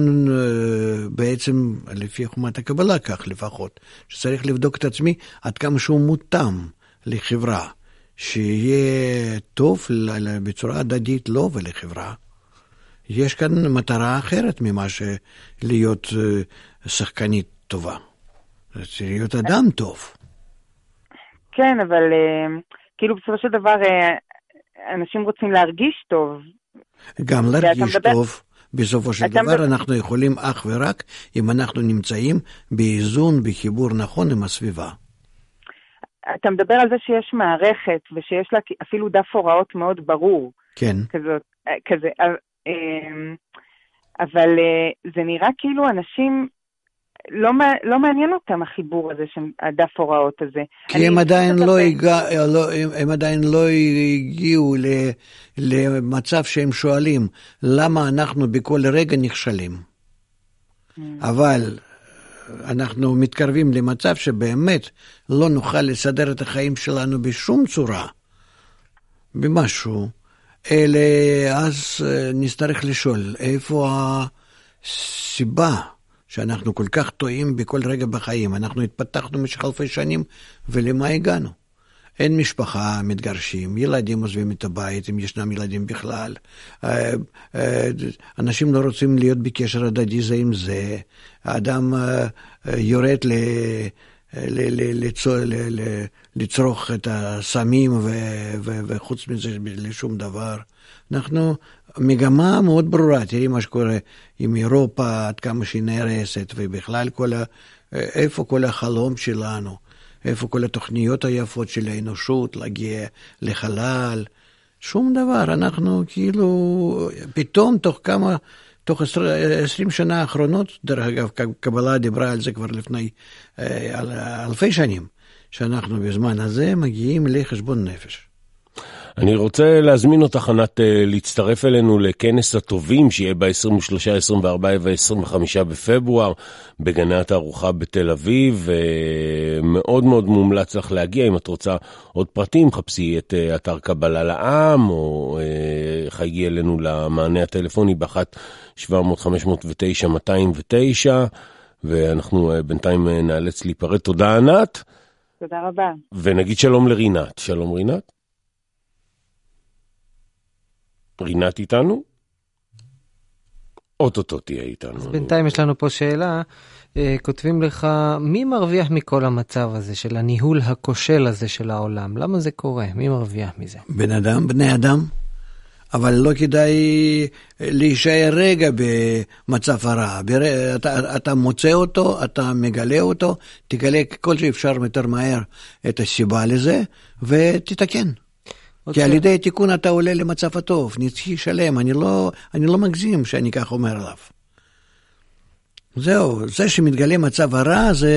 בעצם, לפי חוכמת הקבלה כך לפחות, שצריך לבדוק את עצמי עד כמה שהוא מותאם לחברה. שיהיה טוב בצורה הדדית לו ולחברה. יש כאן מטרה אחרת ממה שלהיות שחקנית טובה. להיות אדם טוב. כן, אבל כאילו בסופו של דבר אנשים רוצים להרגיש טוב. גם להרגיש טוב. בסופו של דבר אנחנו יכולים אך ורק אם אנחנו נמצאים באיזון, בחיבור נכון עם הסביבה. אתה מדבר על זה שיש מערכת, ושיש לה אפילו דף הוראות מאוד ברור. כן. כזאת, כזה. אבל זה נראה כאילו אנשים, לא, לא מעניין אותם החיבור הזה, הדף הוראות הזה. כי הם עדיין לא, הגע, לא, הם עדיין לא הגיעו למצב שהם שואלים, למה אנחנו בכל רגע נכשלים. אבל... אנחנו מתקרבים למצב שבאמת לא נוכל לסדר את החיים שלנו בשום צורה, במשהו, אלא אז נצטרך לשאול, איפה הסיבה שאנחנו כל כך טועים בכל רגע בחיים? אנחנו התפתחנו במשך אלפי שנים, ולמה הגענו? אין משפחה, מתגרשים, ילדים עוזבים את הבית, אם ישנם ילדים בכלל. אנשים לא רוצים להיות בקשר הדדי זה עם זה. האדם יורד ל... לצרוך את הסמים וחוץ מזה לשום דבר. אנחנו מגמה מאוד ברורה, תראי מה שקורה עם אירופה, עד כמה שהיא נהרסת, ובכלל כל ה... איפה כל החלום שלנו, איפה כל התוכניות היפות של האנושות, להגיע לחלל, שום דבר. אנחנו כאילו, פתאום תוך כמה, תוך עשרים שנה האחרונות, דרך אגב, קבלה דיברה על זה כבר לפני אלפי שנים, שאנחנו בזמן הזה מגיעים לחשבון נפש. אני רוצה להזמין אותך, ענת, להצטרף אלינו לכנס הטובים שיהיה ב-עשרים ושלושה, עשרים וארבעה ו-עשרים וחמישה בפברואר בגני התערוכה בתל אביב. מאוד מאוד מומלץ לך להגיע. אם את רוצה עוד פרטים, חפשי את אתר קבלה לעם, או חייגי אלינו למענה הטלפוני ב-אחת שבע מאות חמש מאות ותשע מאתיים ותשע, ואנחנו בינתיים נאלץ להיפרד. תודה, ענת. תודה רבה. ונגיד שלום לרינת. שלום רינת. רינת איתנו? אוטוטו תהיה איתנו. אז בינתיים יש לנו פה שאלה, כותבים לך, מי מרוויח מכל המצב הזה של הניהול הכושל הזה של העולם? למה זה קורה? מי מרוויח מזה? בן אדם, בני אדם, אבל לא כדאי להישאר רגע במצב הרע. אתה, אתה מוצא אותו, אתה מגלה אותו, תגלה כל שאפשר יותר מהר את הסיבה לזה, ותתקן. כי על ידי תיקון אתה עולה למצב הטוב, נצחי שלם, אני לא, אני לא מגזים שאני כך אומר עליו. זהו, זה שמתגלה מצב הרע, זה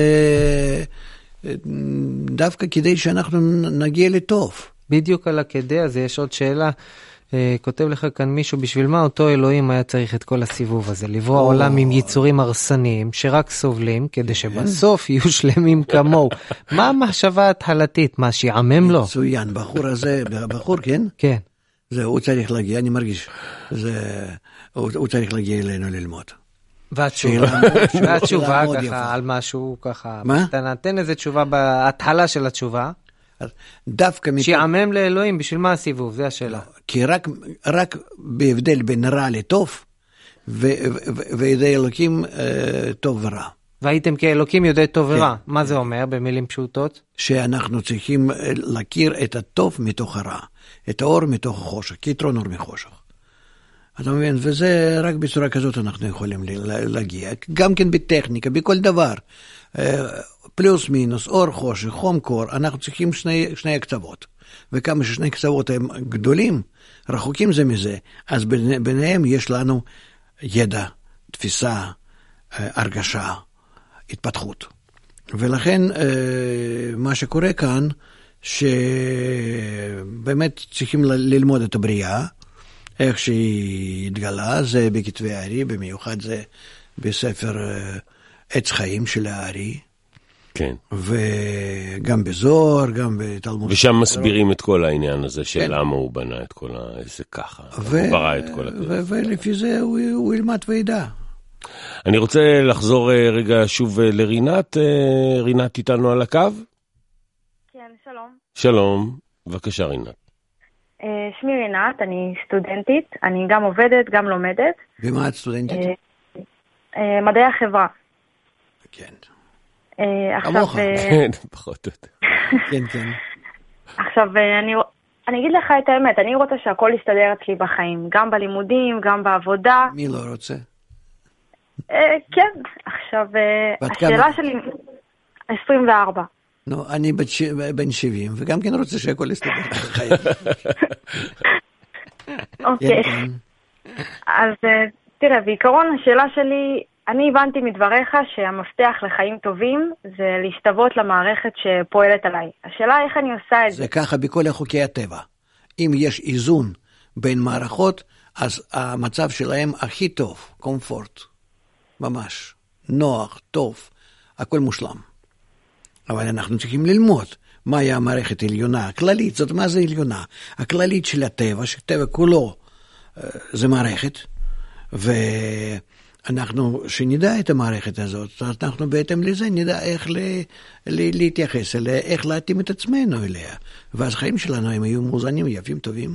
דווקא כדי שאנחנו נגיע לטוב. בדיוק על הכדי הזה יש עוד שאלה, כותב לך כאן מישהו, בשביל מה אותו אלוהים היה צריך את כל הסיבוב הזה, לברוא עולם עם יצורים הרסניים שרק סובלים, כדי שבסוף יהיו שלמים כמוהו. מה המחשבה התחלתית? מה, שיעמם לו? מצוין, בחור הזה, בחור, כן? כן. זה, הוא צריך להגיע, אני מרגיש, זה, הוא, הוא צריך להגיע אלינו ללמוד. והתשובה, והתשובה ככה, על משהו ככה, מה? אתה נתן איזה תשובה בהתחלה של התשובה, דווקא מתוך... שיעמם לאלוהים, בשביל מה הסיבוב? זה השאלה. לא, כי רק, רק בהבדל בין רע לטוב, וידי אלוקים אה, טוב ורע. והייתם כאלוקים יודעי טוב ורע. כן. מה זה אומר במילים פשוטות? שאנחנו צריכים להכיר את הטוב מתוך הרע, את האור מתוך החושך, כי יתרון אור מחושך. אתה מבין? וזה רק בצורה כזאת אנחנו יכולים להגיע. גם כן בטכניקה, בכל דבר. פלוס מינוס, אור חושך, חום קור, אנחנו צריכים שני, שני הקצוות. וכמה ששני קצוות הם גדולים, רחוקים זה מזה, אז ביניהם יש לנו ידע, תפיסה, הרגשה, התפתחות. ולכן מה שקורה כאן, שבאמת צריכים ללמוד את הבריאה, איך שהיא התגלה, זה בכתבי הארי, במיוחד זה בספר עץ חיים של הארי. כן. וגם בזוהר, גם בתלמוד. ושם מסבירים את כל העניין הזה של כן. למה הוא בנה את כל ה... איזה ככה. ו... הוא ברא את כל הכלל. ו... ולפי זה הוא, הוא ילמד וידע. אני רוצה לחזור רגע שוב לרינת. רינת איתנו על הקו? כן, שלום. שלום. בבקשה רינת. שמי רינת, אני סטודנטית. אני גם עובדת, גם לומדת. ומה את סטודנטית? מדעי החברה. כן. עכשיו... כן, פחות או יותר. כן, כן. עכשיו, אני, אני אגיד לך את האמת, אני רוצה שהכל יסתדר אצלי בחיים, גם בלימודים, גם בעבודה. מי לא רוצה? כן, עכשיו, השאלה שלי, עשרים וארבע. נו, אני בן שבעים, וגם כן רוצה שהכל יסתדר בחיים. אוקיי. אז תראה, בעיקרון השאלה שלי, אני הבנתי מדבריך שהמפתח לחיים טובים זה להשתוות למערכת שפועלת עליי. השאלה איך אני עושה את זה. זה ככה בכל חוקי הטבע. אם יש איזון בין מערכות, אז המצב שלהם הכי טוב, קומפורט, ממש, נוח, טוב, הכל מושלם. אבל אנחנו צריכים ללמוד מהי המערכת העליונה, הכללית, זאת מה זה עליונה? הכללית של הטבע, שהטבע כולו זה מערכת, ו... אנחנו, שנדע את המערכת הזאת, אנחנו בהתאם לזה נדע איך ל, ל, להתייחס אליה, איך להתאים את עצמנו אליה. ואז חיים שלנו הם היו מאוזנים, יפים, טובים.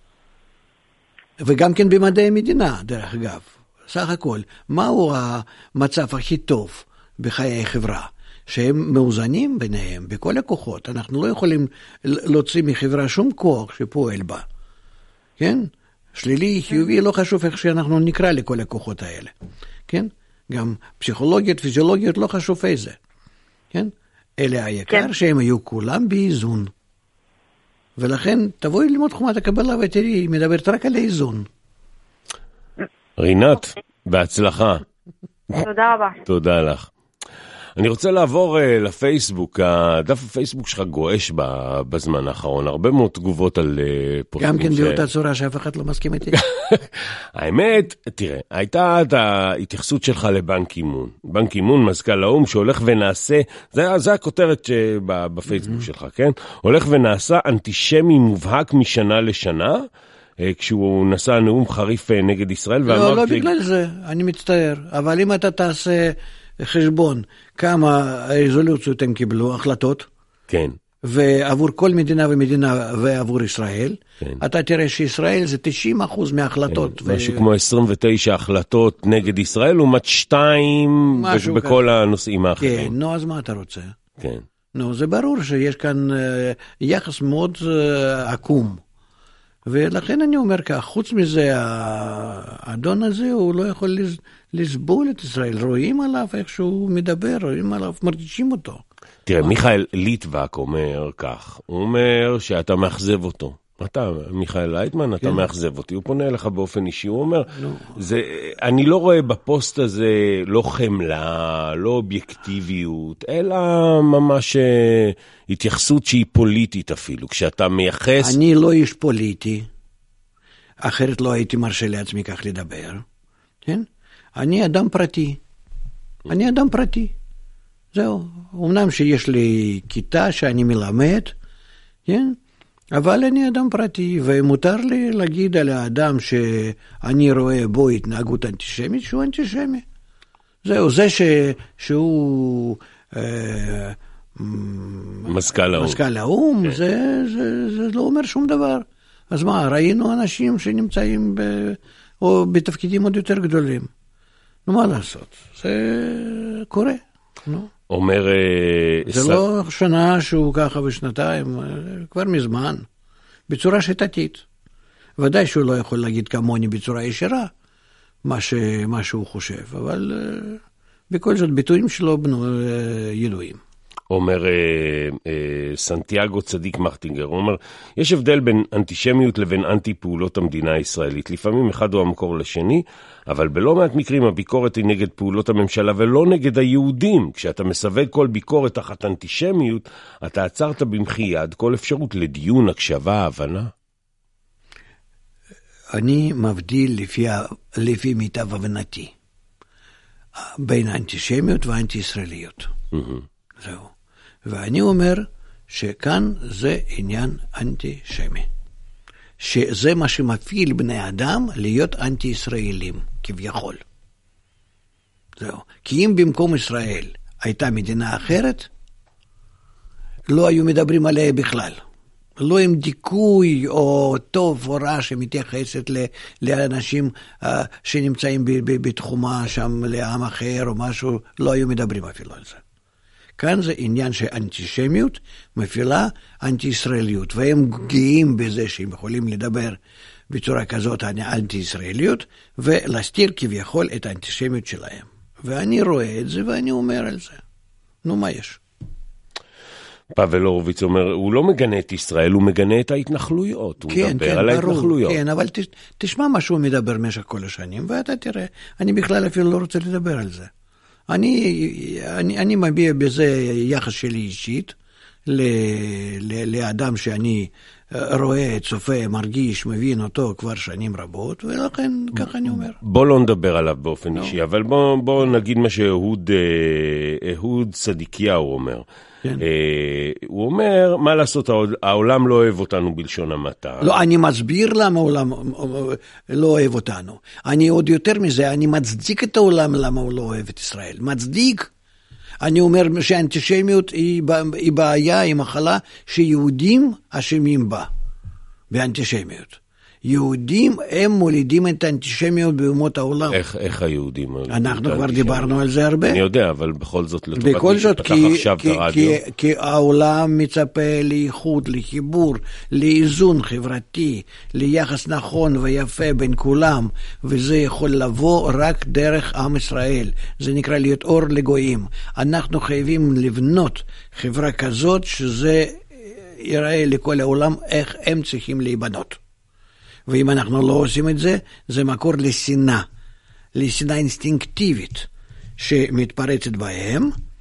וגם כן במדעי המדינה, דרך אגב. סך הכל, מהו המצב הכי טוב בחיי החברה? שהם מאוזנים ביניהם, בכל הכוחות. אנחנו לא יכולים להוציא מחברה שום כוח שפועל בה. כן? שלילי, חיובי, לא חשוב איך שאנחנו נקרא לכל הכוחות האלה. כן? גם פסיכולוגיות, פיזיולוגיות, לא חשוב איזה. כן? אלה היקר כן. שהם היו כולם באיזון. ולכן תבואי ללמוד חומת הקבלה ותראי, היא מדברת רק על האיזון. רינת, בהצלחה. תודה רבה. תודה לך. אני רוצה לעבור uh, לפייסבוק, הדף הפייסבוק שלך גואש בזמן האחרון, הרבה מאוד תגובות על uh, פוסטים. גם כן ש... באותה צורה שאף אחד לא מסכים איתי. האמת, תראה, הייתה את ההתייחסות שלך לבנק אימון. בנק אימון, מזכ"ל האו"ם, שהולך ונעשה, זה, זה הכותרת בפייסבוק שלך, כן? הולך ונעשה אנטישמי מובהק משנה לשנה, כשהוא נשא נאום חריף נגד ישראל. לא, לא בגלל זה, אני מצטער. אבל אם אתה תעשה חשבון כמה רזולוציות הם קיבלו, החלטות, כן. ועבור כל מדינה ומדינה ועבור ישראל, כן. אתה תראה שישראל זה תשעים אחוז מההחלטות. כן. ו... משהו כמו עשרים ותשע החלטות נגד ישראל, לעומת שתיים בכל כזה. הנושאים האחרים. כן, נו, אז מה אתה רוצה? כן. נו, זה ברור שיש כאן uh, יחס מאוד uh, עקום. ולכן אני אומר כך, חוץ מזה, האדון הזה הוא לא יכול לסבול את ישראל. רואים עליו איך שהוא מדבר, רואים עליו, מרגישים אותו. תראה, מיכאל ליטבק אומר כך, הוא אומר שאתה מאכזב אותו. אתה, מיכאל לייטמן, אתה מאכזב אותי. הוא פונה אליך באופן אישי, הוא אומר, זה, אני לא רואה בפוסט הזה לא חמלה, לא אובייקטיביות, אלא ממש התייחסות שהיא פוליטית אפילו, כשאתה מייחס... אני לא איש פוליטי, אחרת לא הייתי מרשה לעצמי כך לדבר, כן? אני אדם פרטי, אני אדם פרטי, זהו, אמנם שיש לי כיתה שאני מלמד, כן? אבל אני אדם פרטי, ומותר לי להגיד על האדם שאני רואה בו התנהגות אנטישמית, שהוא אנטישמי. זהו, זה ש... שהוא... אה, מזכ"ל האו"ם. מזכ"ל האו"ם, כן. זה, זה, זה לא אומר שום דבר. אז מה, ראינו אנשים שנמצאים ב... או בתפקידים עוד יותר גדולים. נו, מה לעשות? זה קורה, נו. אומר... זה ס... לא שנה שהוא ככה בשנתיים, כבר מזמן, בצורה שיטתית. ודאי שהוא לא יכול להגיד כמוני בצורה ישירה, מה, ש... מה שהוא חושב, אבל בכל זאת ביטויים שלו בנו, ידועים. אומר אה, אה, סנטיאגו צדיק מחטינגר, הוא אומר, יש הבדל בין אנטישמיות לבין אנטי פעולות המדינה הישראלית. לפעמים אחד הוא המקור לשני, אבל בלא מעט מקרים הביקורת היא נגד פעולות הממשלה ולא נגד היהודים. כשאתה מסווג כל ביקורת תחת אנטישמיות, אתה עצרת במחי יד כל אפשרות לדיון, הקשבה, הבנה. אני מבדיל לפי, לפי מיטב הבנתי, בין האנטישמיות והאנטי-ישראליות. Mm-hmm. זהו. ואני אומר שכאן זה עניין אנטישמי. שזה מה שמפעיל בני אדם להיות אנטי-ישראלים, כביכול. זהו. כי אם במקום ישראל הייתה מדינה אחרת, לא היו מדברים עליה בכלל. לא עם דיכוי או טוב או רע שמתייחסת לאנשים שנמצאים בתחומה שם לעם אחר או משהו, לא היו מדברים אפילו על זה. כאן זה עניין שאנטישמיות מפעילה אנטי-ישראליות, והם גאים בזה שהם יכולים לדבר בצורה כזאת על אנטי-ישראליות, ולהסתיר כביכול את האנטישמיות שלהם. ואני רואה את זה ואני אומר על זה. נו, מה יש? פאבל הורוביץ אומר, הוא לא מגנה את ישראל, הוא מגנה את ההתנחלויות. הוא כן, מדבר כן, על ברור, ההתנחלויות. כן, אבל תש, תשמע מה שהוא מדבר במשך כל השנים, ואתה תראה, אני בכלל אפילו לא רוצה לדבר על זה. אני, אני, אני מביע בזה יחס שלי אישית, ל, ל, לאדם שאני רואה, צופה, מרגיש, מבין אותו כבר שנים רבות, ולכן ככה אני אומר. בוא לא נדבר עליו באופן אישי, אבל בוא, בוא נגיד מה שאהוד אהוד צדיקיהו אומר. כן. הוא אומר, מה לעשות, העולם לא אוהב אותנו בלשון המעטה. לא, אני מסביר למה העולם לא אוהב אותנו. אני עוד יותר מזה, אני מצדיק את העולם למה הוא לא אוהב את ישראל. מצדיק. אני אומר שהאנטישמיות היא, היא בעיה, היא מחלה שיהודים אשמים בה, באנטישמיות. יהודים הם מולידים את האנטישמיות באומות העולם. איך, איך היהודים? אנחנו כבר דיברנו על זה הרבה. אני יודע, אבל בכל זאת לטובת מי שפתח עכשיו את הרדיו. כי, כי העולם מצפה לאיחוד, לחיבור, לאיזון חברתי, ליחס נכון ויפה בין כולם, וזה יכול לבוא רק דרך עם ישראל. זה נקרא להיות אור לגויים. אנחנו חייבים לבנות חברה כזאת שזה ייראה לכל העולם איך הם צריכים להיבנות. ואם אנחנו לא עושים את זה, זה מקור לשנאה, לשנאה אינסטינקטיבית שמתפרצת בהם,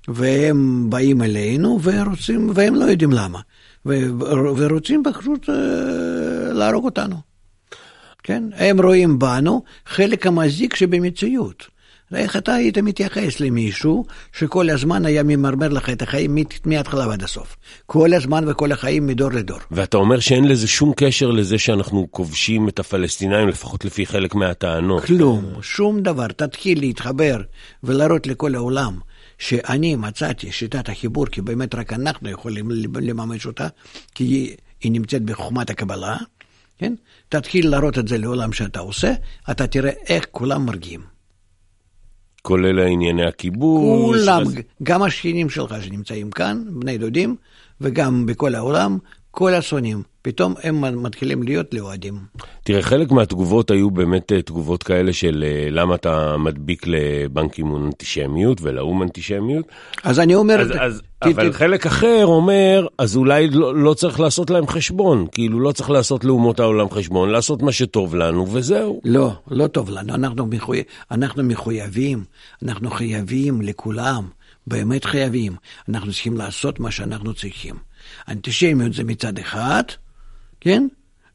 והם באים אלינו ורוצים, והם לא יודעים למה, ורוצים פשוט להרוג אותנו. כן? הם רואים בנו חלק המזיק שבמציאות. איך אתה היית מתייחס למישהו שכל הזמן היה ממרמר לך את החיים מההתחלה ועד הסוף. כל הזמן וכל החיים מדור לדור. ואתה אומר שאין לזה שום קשר לזה שאנחנו כובשים את הפלסטינאים, לפחות לפי חלק מהטענות. כלום, שום דבר. תתחיל להתחבר ולהראות לכל העולם שאני מצאתי שיטת החיבור, כי באמת רק אנחנו יכולים לממש אותה, כי היא נמצאת בחוכמת הקבלה. כן? תתחיל להראות את זה לעולם שאתה עושה, אתה תראה איך כולם מרגיעים. כולל הענייני הכיבוש. כולם, אז... גם השכנים שלך שנמצאים כאן, בני דודים, וגם בכל העולם, כל השונאים, פתאום הם מתחילים להיות לאוהדים. תראה, חלק מהתגובות היו באמת תגובות כאלה של למה אתה מדביק לבנק אימון אנטישמיות ולאום אנטישמיות. אז אני אומר... אז, אז, אבל חלק אחר אומר, אז אולי לא, לא צריך לעשות להם חשבון, כאילו לא צריך לעשות לאומות העולם חשבון, לעשות מה שטוב לנו וזהו. לא, לא טוב לנו, אנחנו, מחויב, אנחנו מחויבים, אנחנו חייבים לכולם, באמת חייבים, אנחנו צריכים לעשות מה שאנחנו צריכים. אנטישמיות זה מצד אחד, כן?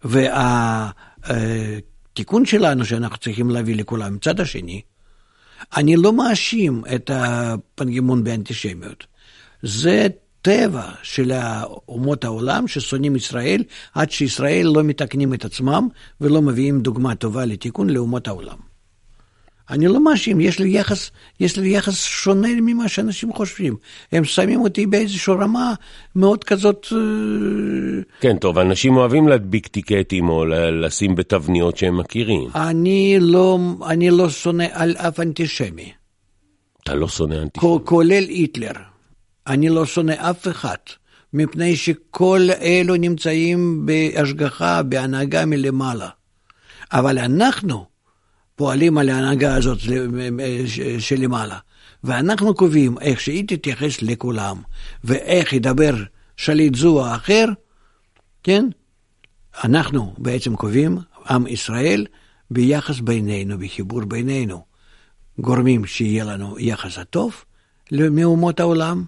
והתיקון שלנו שאנחנו צריכים להביא לכולם מצד השני, אני לא מאשים את הפנגימון באנטישמיות. זה טבע של אומות העולם ששונאים ישראל, עד שישראל לא מתקנים את עצמם ולא מביאים דוגמה טובה לתיקון לאומות העולם. אני לא מאשים, יש לי יחס, יש לי יחס שונה ממה שאנשים חושבים. הם שמים אותי באיזושהי רמה מאוד כזאת... כן, טוב, אנשים אוהבים להדביק טיקטים או לשים בתבניות שהם מכירים. אני לא, אני לא שונא על אף אנטישמי. אתה לא שונא אנטישמי? כולל היטלר. אני לא שונא אף אחד, מפני שכל אלו נמצאים בהשגחה, בהנהגה מלמעלה. אבל אנחנו... פועלים על ההנהגה הזאת שלמעלה, ואנחנו קובעים איך שהיא תתייחס לכולם, ואיך ידבר שליט זו או אחר, כן? אנחנו בעצם קובעים, עם ישראל, ביחס בינינו, בחיבור בינינו, גורמים שיהיה לנו יחס הטוב מאומות העולם,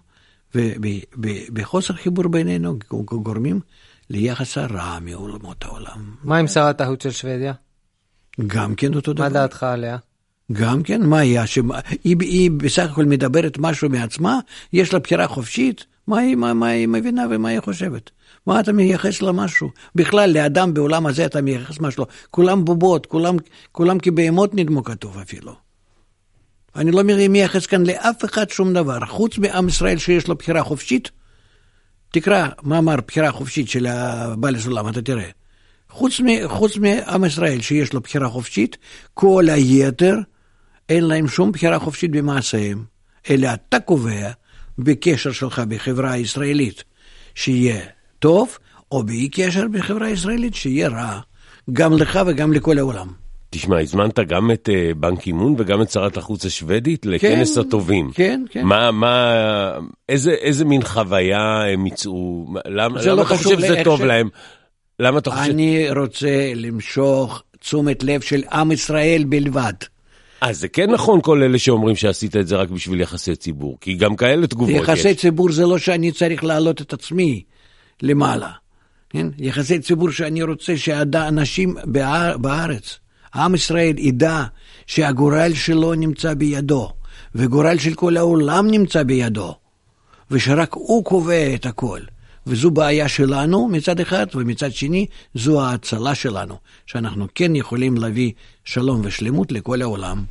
ובחוסר חיבור בינינו גורמים ליחס הרע מאומות העולם. מה עם שרת החוץ של שוודיה? גם כן אותו דבר. מה דעתך עליה? גם כן, מה היה? שמה, היא, היא בסך הכל מדברת משהו מעצמה, יש לה בחירה חופשית, מה היא, מה, מה היא מבינה ומה היא חושבת? מה אתה מייחס לה משהו? בכלל, לאדם בעולם הזה אתה מייחס משהו. כולם בובות, כולם, כולם כבהמות נדמו כתוב אפילו. אני לא מייחס כאן לאף אחד שום דבר, חוץ מעם ישראל שיש לו בחירה חופשית. תקרא מה אמר בחירה חופשית של הבעל הסולם, אתה תראה. חוץ, מ, חוץ מעם ישראל שיש לו בחירה חופשית, כל היתר אין להם שום בחירה חופשית במעשיהם, אלא אתה קובע בקשר שלך בחברה הישראלית שיהיה טוב, או באי קשר בחברה הישראלית שיהיה רע, גם לך וגם לכל העולם. תשמע, הזמנת גם את uh, בנק אימון וגם את שרת החוץ השוודית לכנס כן, הטובים. כן, כן. מה, מה, איזה, איזה מין חוויה הם יצאו? למה, למה לא אתה חושב שזה טוב ש... להם? למה אתה חושב... אני רוצה למשוך תשומת לב של עם ישראל בלבד. אז זה כן נכון כל אלה שאומרים שעשית את זה רק בשביל יחסי ציבור, כי גם כאלה תגובות יש. יחסי ציבור זה לא שאני צריך להעלות את עצמי למעלה. כן? יחסי ציבור שאני רוצה שהאנשים בארץ, עם ישראל ידע שהגורל שלו נמצא בידו, וגורל של כל העולם נמצא בידו, ושרק הוא קובע את הכל. וזו בעיה שלנו מצד אחד, ומצד שני זו ההצלה שלנו, שאנחנו כן יכולים להביא שלום ושלמות לכל העולם.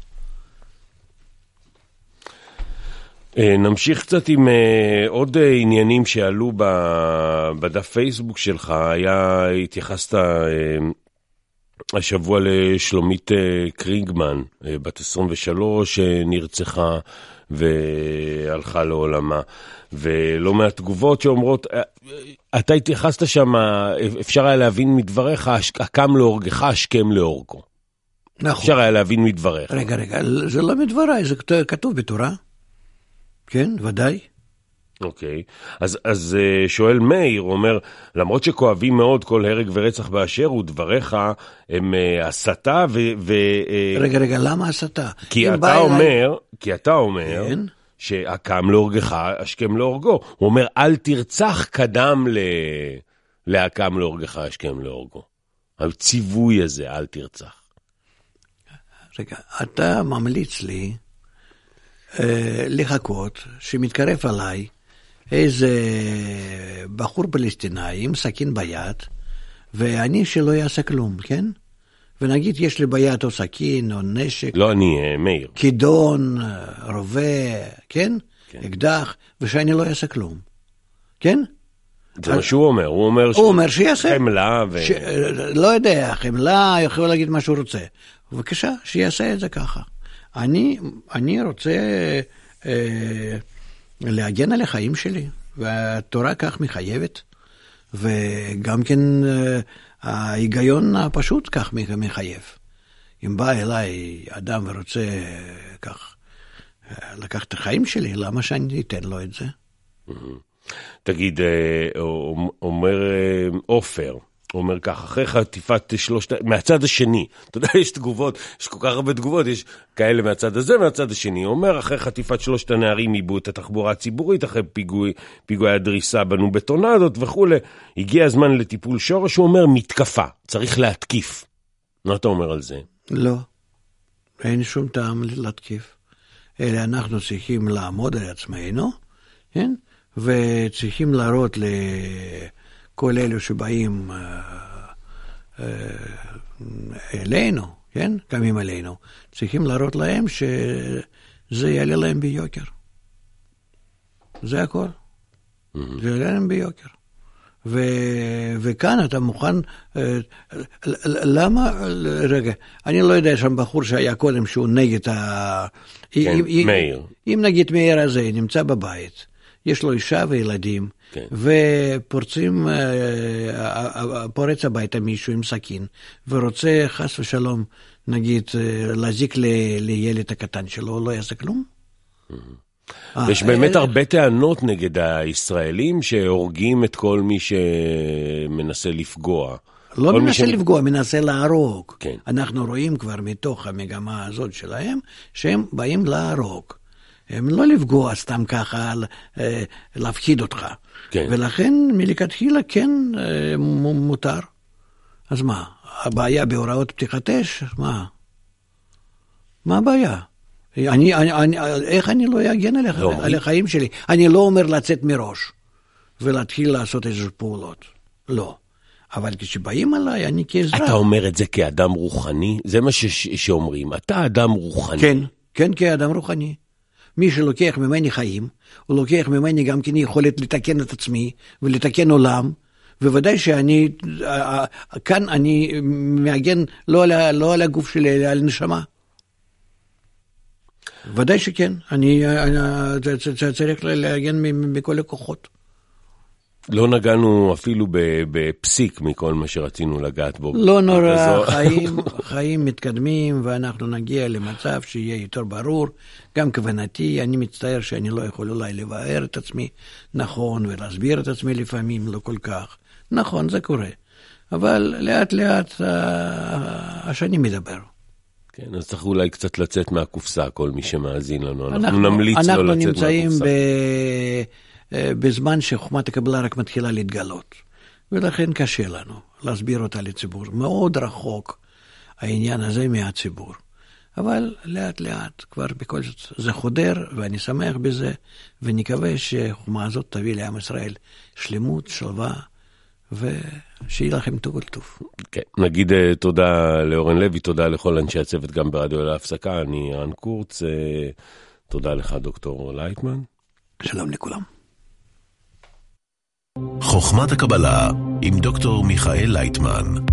נמשיך קצת עם עוד עניינים שעלו בדף פייסבוק שלך. היה, התייחסת השבוע לשלומית קריגמן, בת עשרים ושלוש, שנרצחה והלכה לעולמה, ולא מעט תגובות שאומרות, אתה התייחסת שם, אפשר היה להבין מדבריך, הקם להורגך, השכם להורגו. נכון. אפשר היה להבין מדבריך. רגע, רגע, זה לא מדבריי, זה כתוב בתורה. כן, ודאי. אוקיי, אז, אז שואל מאיר, הוא אומר, למרות שכואבים מאוד כל הרג ורצח באשר הוא, דבריך הם הסתה ו... ו רגע, רגע, למה הסתה? כי אתה אומר, אליי... כי אתה אומר, כן. שהקם להורגך, השכם להורגו. הוא אומר, אל תרצח קדם ל... להקם להורגך, השכם להורגו. הציווי הזה, אל תרצח. רגע, אתה ממליץ לי אה, לחכות שמתקרב עליי איזה בחור פלסטיני עם סכין ביד, ואני שלא יעשה כלום, כן? ונגיד יש לי ביד או סכין או נשק. לא אני, מאיר. כידון, רובה, כן? כן. אקדח, ושאני לא יעשה כלום. כן? זה מה שהוא אומר. הוא אומר, הוא אומר שיעשה. חמלה ו... ש... לא יודע, חמלה, יכול להגיד מה שהוא רוצה. בבקשה, שיעשה את זה ככה. אני, אני רוצה אה, להגן על החיים שלי, והתורה כך מחייבת, וגם כן אה, ההיגיון הפשוט כך מחייב. אם בא אליי אדם ורוצה כך לקחת את החיים שלי, למה שאני אתן לו את זה? תגיד, אומר אופר, הוא אומר כך, אחרי חטיפת שלושת, מהצד השני, אתה יודע, יש תגובות, יש כל כך הרבה תגובות, יש כאלה מהצד הזה ומהצד השני, הוא אומר, אחרי חטיפת שלושת הנערים איבדו את התחבורה הציבורית, אחרי פיגועי, פיגועי הדריסה בנו בטונדות וכו', הגיע הזמן לטיפול שורש, הוא אומר, מתקפה, צריך להתקיף. מה אתה אומר על זה? לא, אין שום טעם להתקיף, אלא אנחנו צריכים לעמוד על עצמנו, כן? וצריכים להראות לכל אלו שבאים אלינו, כן? קמים אלינו, צריכים להראות להם שזה יעלה להם ביוקר. זה הכל. זה יעלה להם ביוקר. ו... וכאן אתה מוכן, למה, רגע, אני לא יודע שם בחור שהיה קודם שהוא נגד ה... כן, אם, מאיר. אם נגיד מאיר הזה נמצא בבית, יש לו אישה וילדים, כן. ופורצים, פורץ הביתה מישהו עם סכין, ורוצה חס ושלום, נגיד, להזיק ל... לילד הקטן שלו, לא יעשה כלום? יש באמת הרבה טענות נגד הישראלים שהורגים את כל מי שמנסה לפגוע. לא מנסה לפגוע, מנסה להרוג. אנחנו רואים כבר מתוך המגמה הזאת שלהם, שהם באים להרוג. הם לא לפגוע סתם ככה, להפחיד אותך. ולכן מלכתחילה כן מותר. אז מה? הבעיה בהוראות פתיחת אש? מה? מה הבעיה? אני, אני, אני, איך אני לא אגן עליך, לא, על החיים שלי? אני לא אומר לצאת מראש ולהתחיל לעשות איזה פעולות. לא. אבל כשבאים עליי, אני כאזרח. אתה אומר את זה כאדם רוחני? זה מה ש- שאומרים. אתה אדם רוחני. כן, כן, כאדם רוחני. מי שלוקח ממני חיים, הוא לוקח ממני גם כן יכולת לתקן את עצמי ולתקן עולם, וודאי שאני, כאן אני מאגן לא על, לא על הגוף שלי, אלא על נשמה. ודאי שכן, אני, אני צריך להגן מכל הכוחות. לא נגענו אפילו בפסיק מכל מה שרצינו לגעת בו. לא נורא, חיים, חיים מתקדמים, ואנחנו נגיע למצב שיהיה יותר ברור. גם כוונתי, אני מצטער שאני לא יכול אולי לבאר את עצמי נכון, ולהסביר את עצמי לפעמים לא כל כך. נכון, זה קורה. אבל לאט לאט השני מדבר. כן, אז צריך אולי קצת לצאת מהקופסה, כל מי שמאזין לנו. אנחנו, אנחנו נמליץ אנחנו לא לצאת מהקופסה. אנחנו נמצאים ב... בזמן שחוכמת הקבלה רק מתחילה להתגלות. ולכן קשה לנו להסביר אותה לציבור. מאוד רחוק העניין הזה מהציבור. אבל לאט לאט כבר בכל זאת זה חודר, ואני שמח בזה, ונקווה שחוכמה הזאת תביא לעם ישראל שלמות, שלווה, ושיהיה לכם טוב טוב. כן, נגיד תודה לאורן לוי, תודה לכל אנשי הצוות גם ברדיו להפסקה, אני רן קורץ, תודה לך דוקטור לייטמן. שלום לכולם. חוכמת הקבלה עם דוקטור מיכאל לייטמן.